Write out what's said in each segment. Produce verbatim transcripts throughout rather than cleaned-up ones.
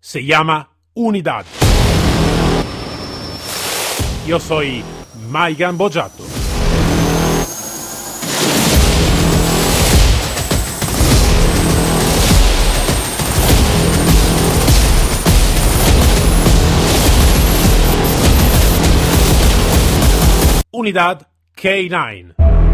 se llama Unidad. Yo soy Maigan Bojato. Unidad K nueve.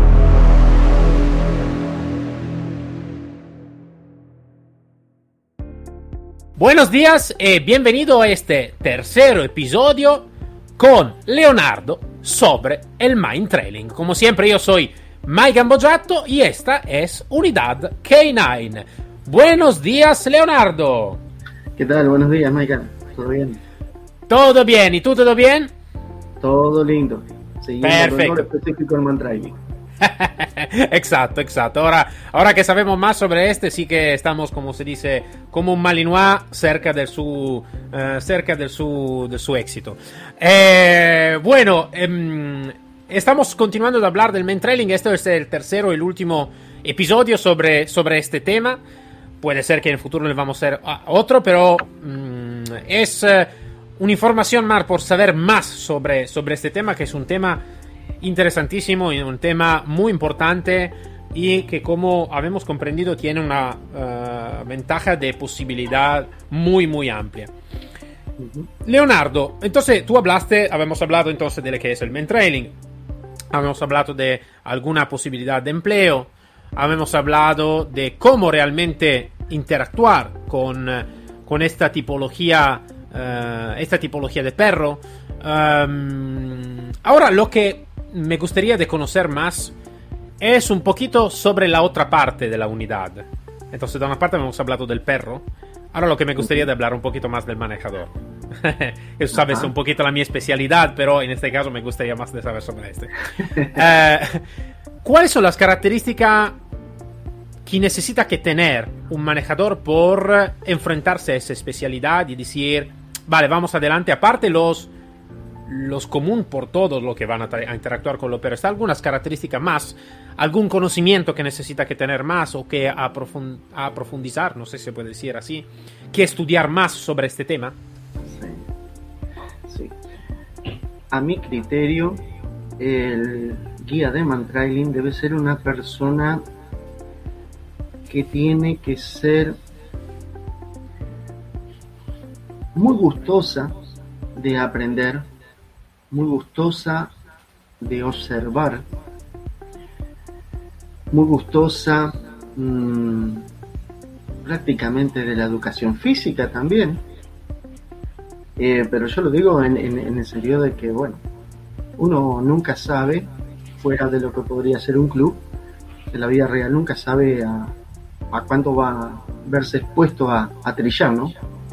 Buenos días y bienvenido a este tercer episodio con Leonardo sobre el Mind Trailing. Como siempre, yo soy Maigan Bojato y esta es Unidad K nueve. Buenos días, Leonardo. ¿Qué tal? Buenos días, Maigan. ¿Todo bien? Todo bien. ¿Y tú, todo bien? Todo lindo. Siguiendo Perfecto. El específico del Mind Trailing. Exacto, exacto. Ahora, ahora que sabemos más sobre este, sí que estamos, como se dice, como un Malinois cerca del su, uh, cerca del su, del su éxito. Eh, bueno, eh, estamos continuando a hablar del Mind Trailing. Este es el tercero y el último episodio sobre, sobre este tema. Puede ser que en el futuro le vamos a hacer otro, pero um, es uh, una información más por saber más sobre, sobre este tema, que es un tema interesantísimo y un tema muy importante y que, como habemos comprendido, tiene una uh, ventaja de posibilidad muy muy amplia. Uh-huh. Leonardo, entonces tú hablaste, habíamos hablado entonces de lo que es el Mind Trailing, habíamos hablado de alguna posibilidad de empleo, habíamos hablado de cómo realmente interactuar con, con esta tipología uh, esta tipología de perro. Um, ahora lo que me gustaría de conocer más es un poquito sobre la otra parte de la unidad. Entonces, de una parte hemos hablado del perro. Ahora lo que me gustaría de hablar un poquito más del manejador. Eso sabes, uh-huh. un poquito la mi especialidad, pero en este caso me gustaría más de saber sobre este. eh, ¿Cuáles son las características que necesita que tener un manejador por enfrentarse a esa especialidad y decir, vale, vamos adelante? Aparte los los común por todos los que van a, tra- a interactuar con lo, pero está algunas características más, algún conocimiento que necesita que tener más o que aprofund- aprofundizar, no sé si se puede decir así, que estudiar más sobre este tema. Sí, sí. A mi criterio, el guía de Mind Trailing debe ser una persona que tiene que ser muy gustosa de aprender, muy gustosa de observar, muy gustosa mmm, prácticamente de la educación física también, eh, pero yo lo digo en, en, en el sentido de que, bueno, uno nunca sabe, fuera de lo que podría ser un club, en la vida real nunca sabe a, a cuánto va a verse expuesto a, a trillar, ¿no?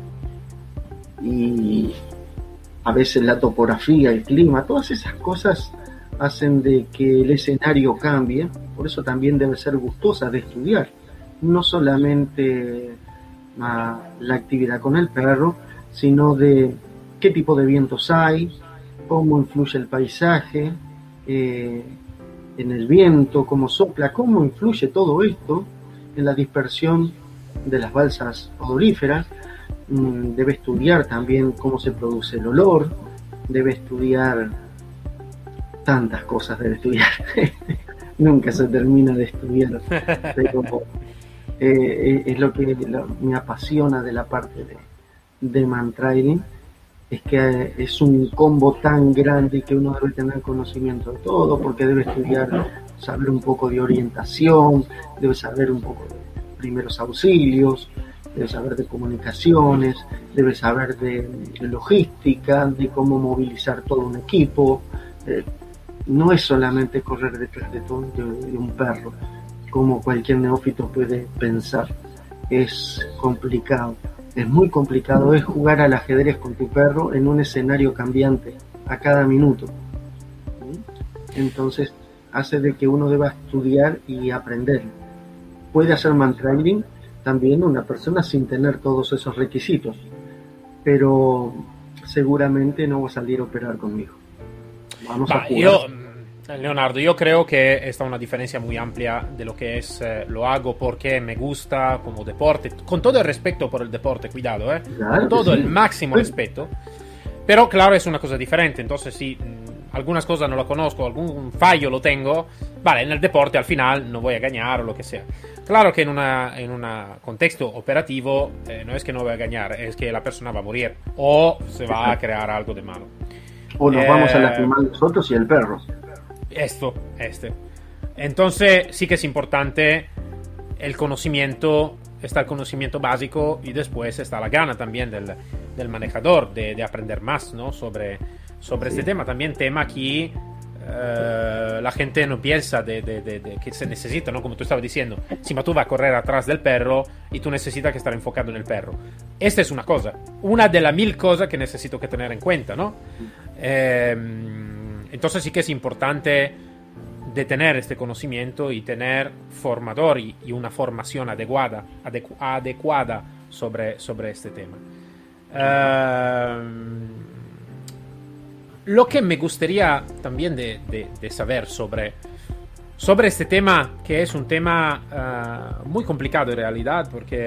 Y a veces la topografía, el clima, todas esas cosas hacen de que el escenario cambie. Por eso también debe ser gustosa de estudiar, no solamente a, la actividad con el perro, sino de qué tipo de vientos hay, cómo influye el paisaje eh, en el viento, cómo sopla, cómo influye todo esto en la dispersión de las balsas odoríferas. Debe estudiar también cómo se produce el olor, debe estudiar tantas cosas, debe estudiar. Nunca se termina de estudiar, pero eh, es lo que lo, me apasiona de la parte de, de Mind Trailing, es que es un combo tan grande que uno debe tener conocimiento de todo, porque debe estudiar, saber un poco de orientación, debe saber un poco de primeros auxilios, debe saber de comunicaciones, debe saber de, de logística, de cómo movilizar todo un equipo. Eh, no es solamente correr detrás de, todo, de, de un perro, como cualquier neófito puede pensar. Es complicado, es muy complicado, es jugar al ajedrez con tu perro en un escenario cambiante a cada minuto. Entonces hace de que uno deba estudiar y aprender. Puede hacer Mind Trailing también una persona sin tener todos esos requisitos, pero seguramente no va a salir a operar conmigo. Vamos Va, a jugar. Io Leonardo, yo creo que está una diferencia muy amplia de lo que es eh, lo hago porque me gusta como deporte, con todo el respeto por el deporte, cuidado, eh, Claro con que todo sí. el máximo Sí. respeto, pero claro, es una cosa diferente, entonces si mh, algunas cosas no lo conozco, algún fallo lo tengo, vale, en el deporte al final no voy a ganar o lo que sea. Claro que en una en un contexto operativo eh, no es que no voy a ganar, es que la persona va a morir o se va a crear algo de malo. O nos Eh, vamos a lastimar nosotros y el perro. Esto, este. Entonces sí que es importante el conocimiento, está el conocimiento básico y después está la gana también del, del manejador de, de aprender más, ¿no? sobre, sobre Sí. este tema. También tema aquí eh, la gente no piensa de, de, de, de que se necesita, ¿no? Como tú estabas diciendo, si ma tú vas a correr atrás del perro y tú necesitas que estar enfocado en el perro. Esta es una cosa, una de las mil cosas que necesito que tener en cuenta, ¿no? Eh, entonces sí que es importante de tener este conocimiento y tener formador y, y una formación adecuada, adecu- adecuada sobre, sobre este tema. Eh, lo que me gustaría también de, de, de saber sobre, sobre este tema, que es un tema uh, muy complicado en realidad, porque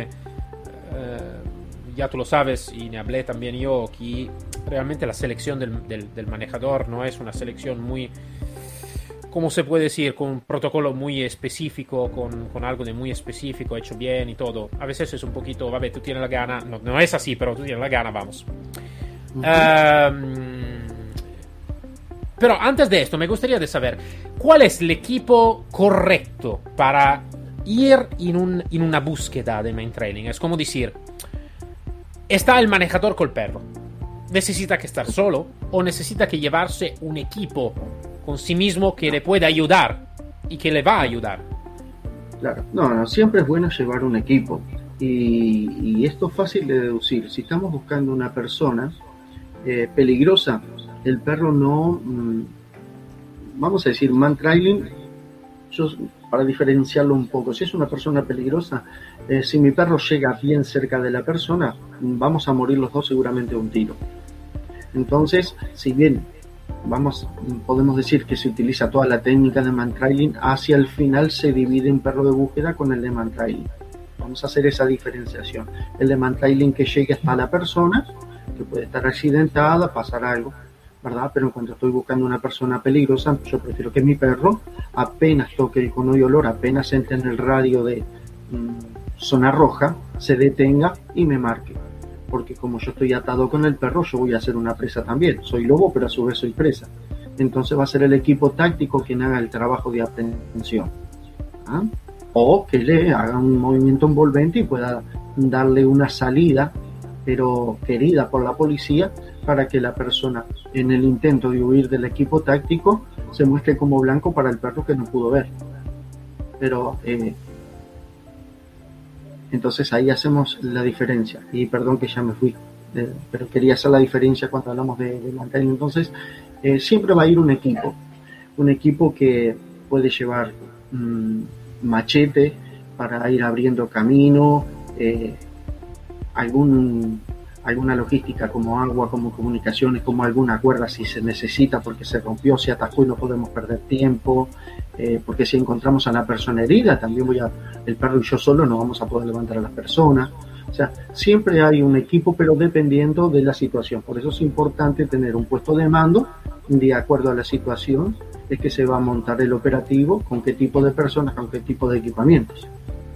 uh, ya tú lo sabes y ne hablé también yo, que realmente la selección del, del, del manejador no es una selección muy, ¿cómo se puede decir? Con un protocolo muy específico, con, con algo de muy específico, hecho bien y todo. A veces es un poquito, vabbè, tú tienes la gana, no, no es así, pero tú tienes la gana, vamos. Uh-huh. Um, pero antes de esto, me gustaría de saber, ¿cuál es el equipo correcto para ir en, un, en una búsqueda de main training? Es como decir, está el manejador col perro. ¿Necesita que estar solo o necesita que llevarse un equipo con sí mismo que le pueda ayudar y que le va a ayudar? Claro, no, no, siempre es bueno llevar un equipo y, y esto es fácil de deducir. Si estamos buscando una persona eh, peligrosa, el perro no, mmm, vamos a decir, man trailing, yo, para diferenciarlo un poco, si es una persona peligrosa, eh, si mi perro llega bien cerca de la persona, vamos a morir los dos seguramente de un tiro. Entonces, si bien vamos, podemos decir que se utiliza toda la técnica de man trailing, hacia el final se divide un perro de búsqueda con el de man trailing. Vamos a hacer esa diferenciación. El de man trailing que llegue hasta la persona, que puede estar accidentada, pasar algo, ¿verdad? Pero en cuanto estoy buscando una persona peligrosa, yo prefiero que mi perro apenas toque el cono y olor, apenas entre en el radio de mmm, zona roja, se detenga y me marque. Porque como yo estoy atado con el perro, yo voy a ser una presa también. Soy lobo, pero a su vez soy presa. Entonces va a ser el equipo táctico quien haga el trabajo de atención. ¿Ah? O que le haga un movimiento envolvente y pueda darle una salida, pero querida por la policía, para que la persona, en el intento de huir del equipo táctico, se muestre como blanco para el perro que no pudo ver. Pero... Eh, Entonces ahí hacemos la diferencia. Y perdón que ya me fui, eh, pero quería hacer la diferencia cuando hablamos de, de man trailing. Entonces eh, siempre va a ir un equipo. Un equipo que puede llevar mmm, machete para ir abriendo camino, eh, algún, alguna logística como agua, como comunicaciones, como alguna cuerda si se necesita porque se rompió, se atascó y no podemos perder tiempo. Eh, porque si encontramos a la persona herida, también voy a, el perro y yo solo no vamos a poder levantar a la persona. O sea, siempre hay un equipo, pero dependiendo de la situación. Por eso es importante tener un puesto de mando, de acuerdo a la situación, es que se va a montar el operativo, con qué tipo de personas, con qué tipo de equipamientos.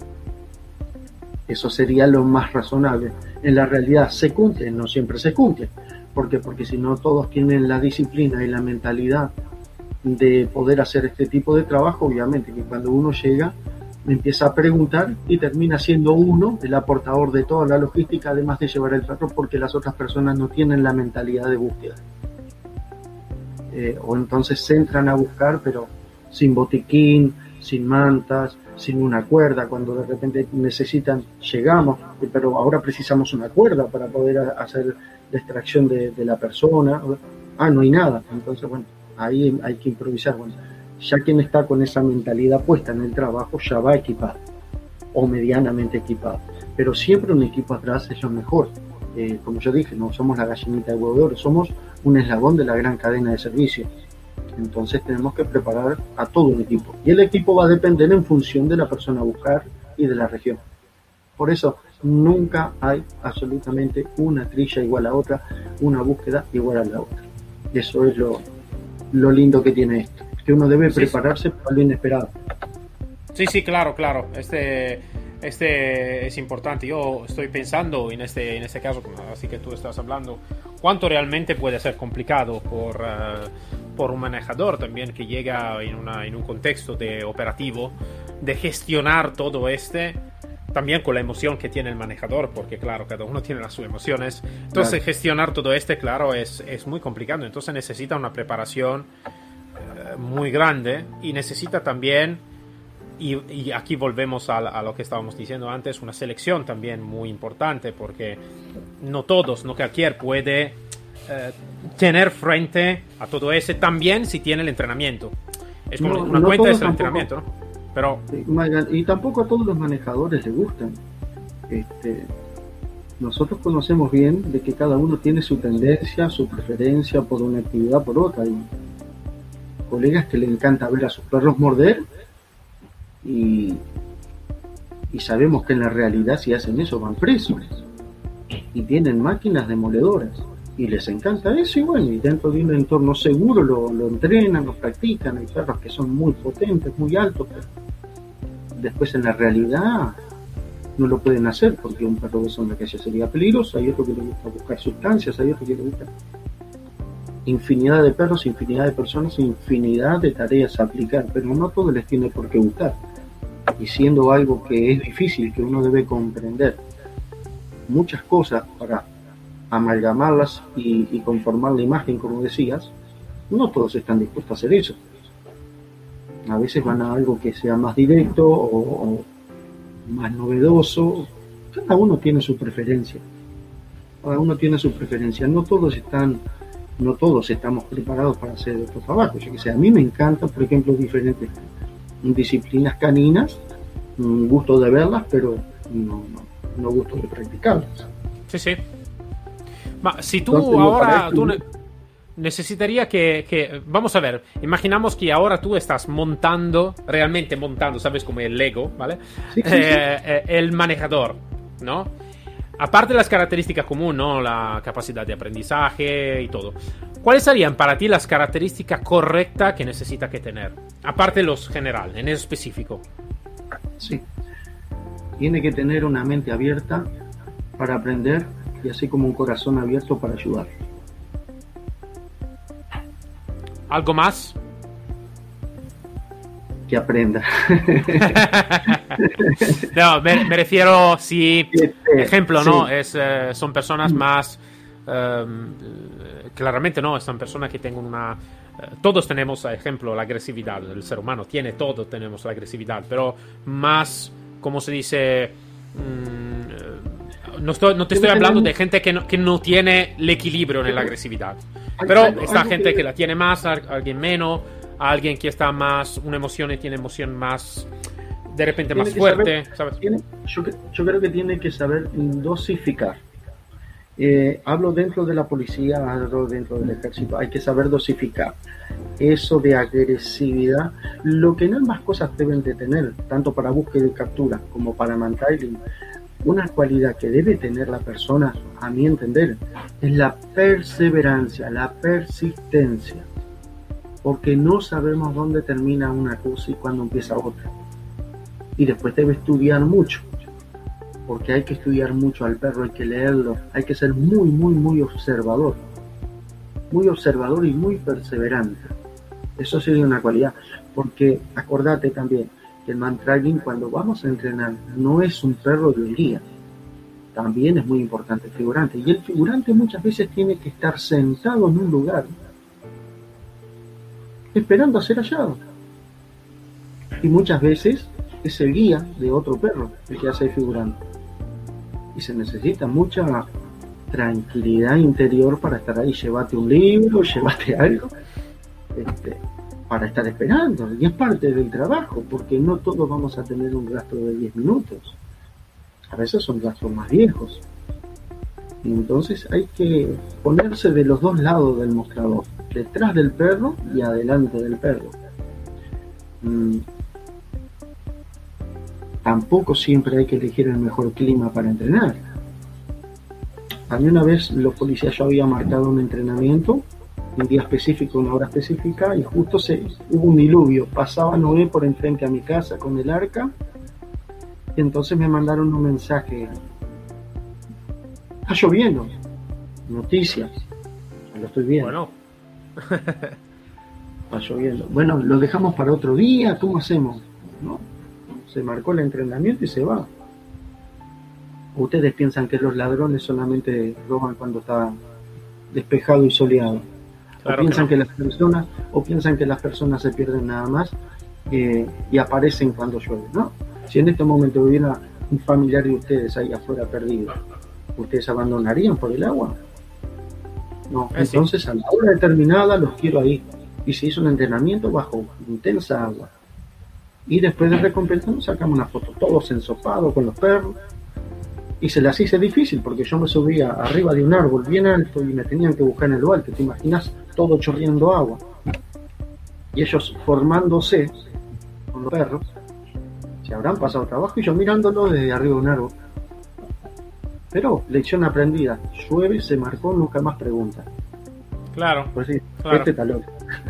Eso sería lo más razonable. En la realidad se cumple, no siempre se cumple. ¿Por qué? Porque si no todos tienen la disciplina y la mentalidad de poder hacer este tipo de trabajo, obviamente que cuando uno llega empieza a preguntar y termina siendo uno el aportador de toda la logística, además de llevar el perro, porque las otras personas no tienen la mentalidad de búsqueda, eh, o entonces se entran a buscar pero sin botiquín, sin mantas, sin una cuerda, cuando de repente necesitan, llegamos, pero ahora precisamos una cuerda para poder hacer la extracción de, de la persona, ah, no hay nada, entonces bueno, ahí hay que improvisar. Bueno, ya quien está con esa mentalidad puesta en el trabajo ya va equipado o medianamente equipado, pero siempre un equipo atrás es lo mejor. Eh, como yo dije, no somos la gallinita de huevo de oro, somos un eslabón de la gran cadena de servicio. Entonces tenemos que preparar a todo el equipo. Y el equipo va a depender en función de la persona a buscar y de la región. Por eso nunca hay absolutamente una trilla igual a otra, una búsqueda igual a la otra. Y eso es lo, lo lindo que tiene esto, que uno debe Sí, prepararse para lo inesperado. sí, sí, claro, claro. Este, este es importante. Yo estoy pensando en este, en este caso, así que tú estás hablando, cuánto realmente puede ser complicado por, uh, por un manejador también que llega en, una, en un contexto de operativo, de gestionar todo este, también con la emoción que tiene el manejador, porque claro, cada uno tiene las sus emociones. Entonces, Claro. gestionar todo este, claro, es, es muy complicado. Entonces necesita una preparación eh, muy grande y necesita también, y, y aquí volvemos a, a lo que estábamos diciendo antes, una selección también muy importante, porque no todos, no cualquier puede eh, tener frente a todo ese, también si tiene el entrenamiento. Es como No, una no cuenta todos es el tampoco. entrenamiento, ¿no? Pero Sí, Mayra, y tampoco a todos los manejadores les gustan. Este, nosotros conocemos bien de que cada uno tiene su tendencia, su preferencia por una actividad por otra. Hay colegas que le encanta ver a sus perros morder y, y sabemos que en la realidad si hacen eso van presos y tienen máquinas demoledoras y les encanta eso y bueno, y dentro de un entorno seguro lo, lo entrenan, lo practican. Hay perros que son muy potentes, muy altos, pero después en la realidad no lo pueden hacer porque un perro de eso en la calle sería peligroso. Hay otro que le gusta buscar sustancias, hay otro que le gusta infinidad de perros, infinidad de personas, infinidad de tareas a aplicar, pero no todo les tiene por qué gustar. Y siendo algo que es difícil, que uno debe comprender muchas cosas para amalgamarlas y, y conformar la imagen, como decías, no todos están dispuestos a hacer eso. A veces van a algo que sea más directo o, o más novedoso. Cada uno tiene su preferencia. Cada uno tiene su preferencia. No todos están, no todos estamos preparados para hacer estos trabajos. Yo que sé, a mí me encantan, por ejemplo, diferentes disciplinas caninas, gusto de verlas, pero no, no, no gusto de practicarlas. sí, sí. Ma si tú Entonces, no ahora parece- tú ne necesitaría que, que, vamos a ver, imaginamos que ahora tú estás montando, realmente montando, sabes, como el Lego, ¿vale? Sí, sí, sí. Eh, eh, el manejador, ¿no? Aparte de las características comunes, ¿no? La capacidad de aprendizaje y todo. ¿Cuáles serían para ti las características correctas que necesita que tener? Aparte de los general, en eso específico. Sí. Tiene que tener una mente abierta para aprender y así como un corazón abierto para ayudar. ¿Algo más? Que aprenda. No, me, me refiero si, Este, ejemplo, ¿no? sí. Es, eh, son personas más, um, claramente, ¿no? Son personas que tienen una... eh, todos tenemos, ejemplo, la agresividad. El ser humano tiene todo, tenemos la agresividad, pero más, ¿cómo se dice? Mm, eh, no, estoy, no te estoy hablando de gente que no, que no tiene el equilibrio en la agresividad. Pero Algo- esta algo gente que- que la tiene más, al- alguien menos, alguien que está más, una emoción y tiene emoción más, de repente Tiene más que fuerte, saber- ¿sabes? tiene- yo, cre- yo creo que tiene que saber dosificar. Eh, hablo dentro de la policía, hablo dentro del ejército, hay que saber dosificar. Eso de agresividad, lo que en ambas cosas deben de tener, tanto para búsqueda y captura como para mantrailing, una cualidad que debe tener la persona, a mi entender, es la perseverancia, la persistencia. Porque no sabemos dónde termina una cosa y cuándo empieza otra. Y después debe estudiar mucho, porque hay que estudiar mucho al perro, hay que leerlo, hay que ser muy, muy, muy observador. Muy observador y muy perseverante. Eso sería una cualidad, porque acordate también que el mantrailing, cuando vamos a entrenar, no es un perro de un día. También es muy importante el figurante. Y el figurante muchas veces tiene que estar sentado en un lugar, esperando a ser hallado. Y muchas veces es el guía de otro perro el que hace el figurante. Y se necesita mucha tranquilidad interior para estar ahí. Llévate un libro, llévate algo, este, para estar esperando. Y es parte del trabajo, porque no todos vamos a tener un rastro de diez minutos. A veces son rastros más viejos. Y entonces hay que ponerse de los dos lados del mostrador, detrás del perro y adelante del perro. Mm. Tampoco siempre hay que elegir el mejor clima para entrenar. A mí una vez los policías ya había marcado un entrenamiento, un día específico, una hora específica, y justo se, hubo un diluvio. Pasaba Noé por enfrente a mi casa con el arca, y entonces me mandaron un mensaje: está lloviendo, noticias, lo estoy viendo. Bueno. Está lloviendo. Bueno, lo dejamos para otro día, ¿cómo hacemos? ¿No? Se marcó el entrenamiento y se va. Ustedes piensan que los ladrones solamente roban cuando está despejado y soleado. Claro o piensan que, que, no. las personas, o piensan que las personas se pierden nada más eh, y aparecen cuando llueve, ¿no? Si en este momento hubiera un familiar de ustedes ahí afuera perdido, ¿ustedes abandonarían por el agua? No, Eh, entonces sí. a la hora determinada los quiero ahí. Y se hizo un entrenamiento bajo intensa agua. Y después de recompensarnos sacamos una foto, todos ensopados con los perros. Y se las hice difícil porque yo me subía arriba de un árbol bien alto y me tenían que buscar en lo alto. ¿Te imaginas? Todo chorreando agua. Y ellos formándose con los perros. Se habrán pasado trabajo y yo mirándolo desde arriba de un árbol. Pero, lección aprendida. Llueve, se marcó, nunca más pregunta. Claro. Pues sí, claro. este talón.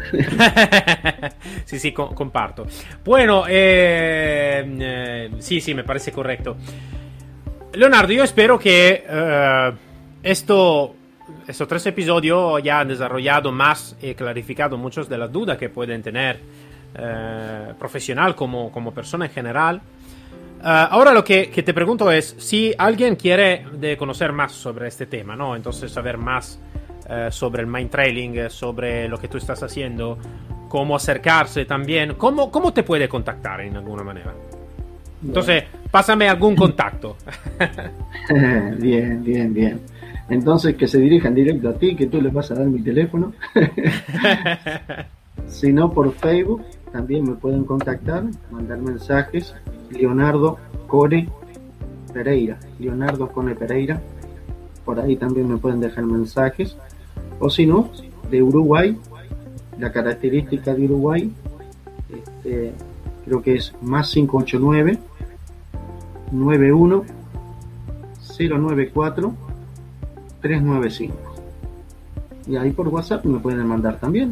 Sí, sí, co- comparto. Bueno, eh, eh, sí, sí, me parece correcto. Leonardo, yo espero que eh, esto, estos tres episodios ya han desarrollado más y clarificado muchas de las dudas que pueden tener eh, profesional como, como persona en general. Uh, ahora lo que, que te pregunto es si alguien quiere de conocer más sobre este tema, ¿no? Entonces saber más uh, sobre el mind trailing, sobre lo que tú estás haciendo, cómo acercarse también, cómo, cómo te puede contactar en alguna manera. Entonces, pásame algún contacto. Bien, bien, bien. Entonces que se dirijan directo a ti, que tú les vas a dar mi teléfono. Si no, por Facebook también me pueden contactar, mandar mensajes. Leonardo Core Pereira, Leonardo Core Pereira, por ahí también me pueden dejar mensajes. O si no, de Uruguay, la característica de Uruguay, este, creo que es más cinco ocho nueve nueve uno cero nueve cuatro tres nueve cinco. Y ahí por WhatsApp me pueden mandar también.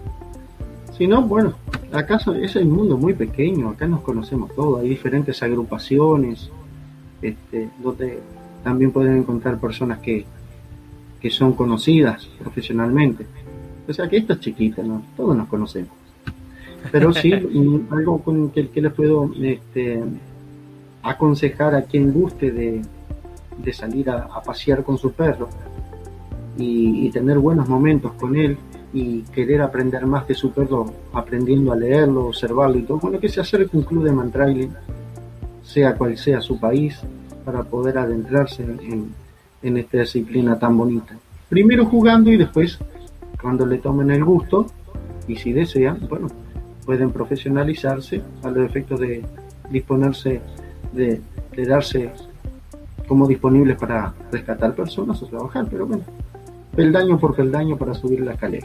Si no, bueno, acá es el mundo muy pequeño, acá nos conocemos todos, hay diferentes agrupaciones, este, donde también pueden encontrar personas que, que son conocidas profesionalmente. O sea que esto es chiquito, ¿no? Todos nos conocemos. Pero sí, algo con que, que les puedo este, aconsejar a quien guste de, de salir a, a pasear con su perro y, y tener buenos momentos con él, y querer aprender más de su perro, aprendiendo a leerlo, observarlo y todo, bueno, que se acerque un club de mantrailing, sea cual sea su país, para poder adentrarse en, en esta disciplina tan bonita. Primero jugando y después, cuando le tomen el gusto, y si desean, bueno, pueden profesionalizarse a los efectos de disponerse, de, de darse como disponibles para rescatar personas o trabajar, pero bueno, peldaño por peldaño para subir la escalera.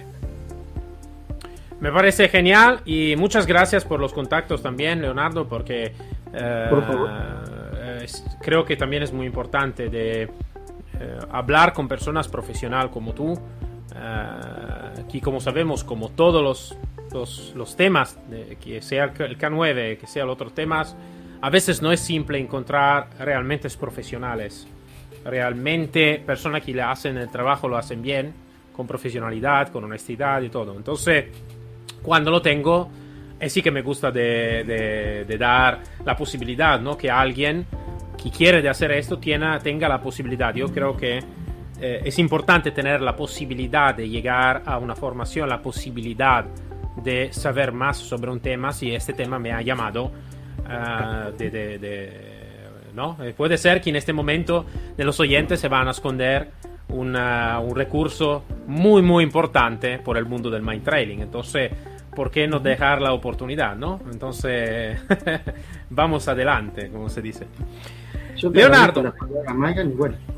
Me parece genial y muchas gracias por los contactos también, Leonardo, porque eh, por favor. eh, creo que también es muy importante de eh, hablar con personas profesionales como tú, eh, que como sabemos, como todos los, los, los temas, de, que sea el K nueve, que sea los otros temas, a veces no es simple encontrar realmente profesionales. Realmente personas que le hacen el trabajo lo hacen bien, con profesionalidad, con honestidad y todo. Entonces, cuando lo tengo, es sí que me gusta de, de, de dar la posibilidad, ¿no? Que alguien que quiere de hacer esto tiene, tenga la posibilidad. Yo creo que eh, es importante tener la posibilidad de llegar a una formación, la posibilidad de saber más sobre un tema, si este tema me ha llamado uh, de... de, de ¿no? Eh, puede ser que en este momento de los oyentes se van a esconder una, un recurso muy muy importante por el mundo del mind trailing. Entonces, ¿por qué no dejar la oportunidad, no? Entonces, vamos adelante, como se dice. Yo te Leonardo. La palabra, Mayan, y bueno,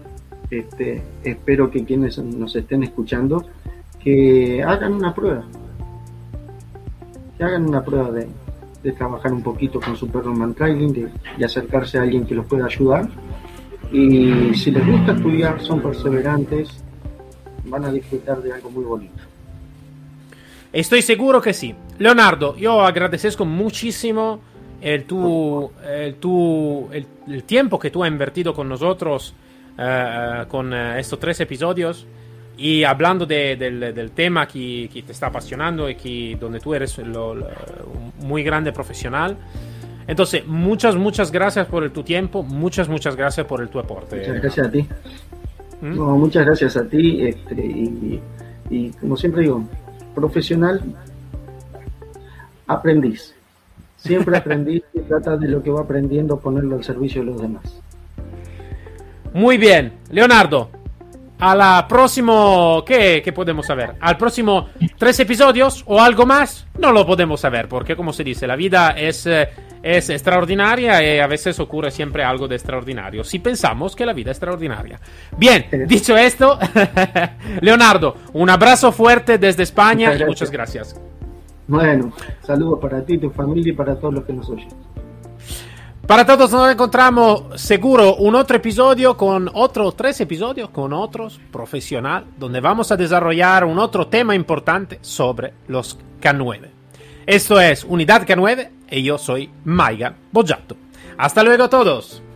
este, espero que quienes nos estén escuchando que hagan una prueba, que hagan una prueba de, de trabajar un poquito con Superman Trailing, de, de acercarse a alguien que los pueda ayudar, y si les gusta estudiar, son perseverantes, van a disfrutar de algo muy bonito. Estoy seguro que sí. Leonardo, yo agradezco muchísimo el, tu, el, tu, el, el tiempo que tú has invertido con nosotros, uh, con uh, estos tres episodios, y hablando de, del, del tema que, que te está apasionando y que, donde tú eres lo, lo, un muy grande profesional. Entonces, muchas, muchas gracias por el, tu tiempo, muchas, muchas gracias por el tu aporte. Muchas gracias a ti. ¿Mm? No, muchas gracias a ti, este, y, y como siempre digo, profesional, aprendiz. Siempre aprendiz y trata de lo que va aprendiendo ponerlo al servicio de los demás. Muy bien, Leonardo. A la próximo, ¿qué, ¿qué podemos saber? ¿Al próximo tres episodios o algo más? No lo podemos saber, porque como se dice, la vida es, es extraordinaria y a veces ocurre siempre algo de extraordinario, si pensamos que la vida es extraordinaria. Bien, dicho esto, Leonardo, un abrazo fuerte desde España y muchas gracias. Bueno, saludos para ti, tu familia y para todos los que nos oyen. Para todos nos encontramos seguro un otro episodio con otros tres episodios con otros profesional donde vamos a desarrollar un otro tema importante sobre los K nueve. Esto es Unidad K nueve y yo soy Maigan Boggiato. Hasta luego a todos.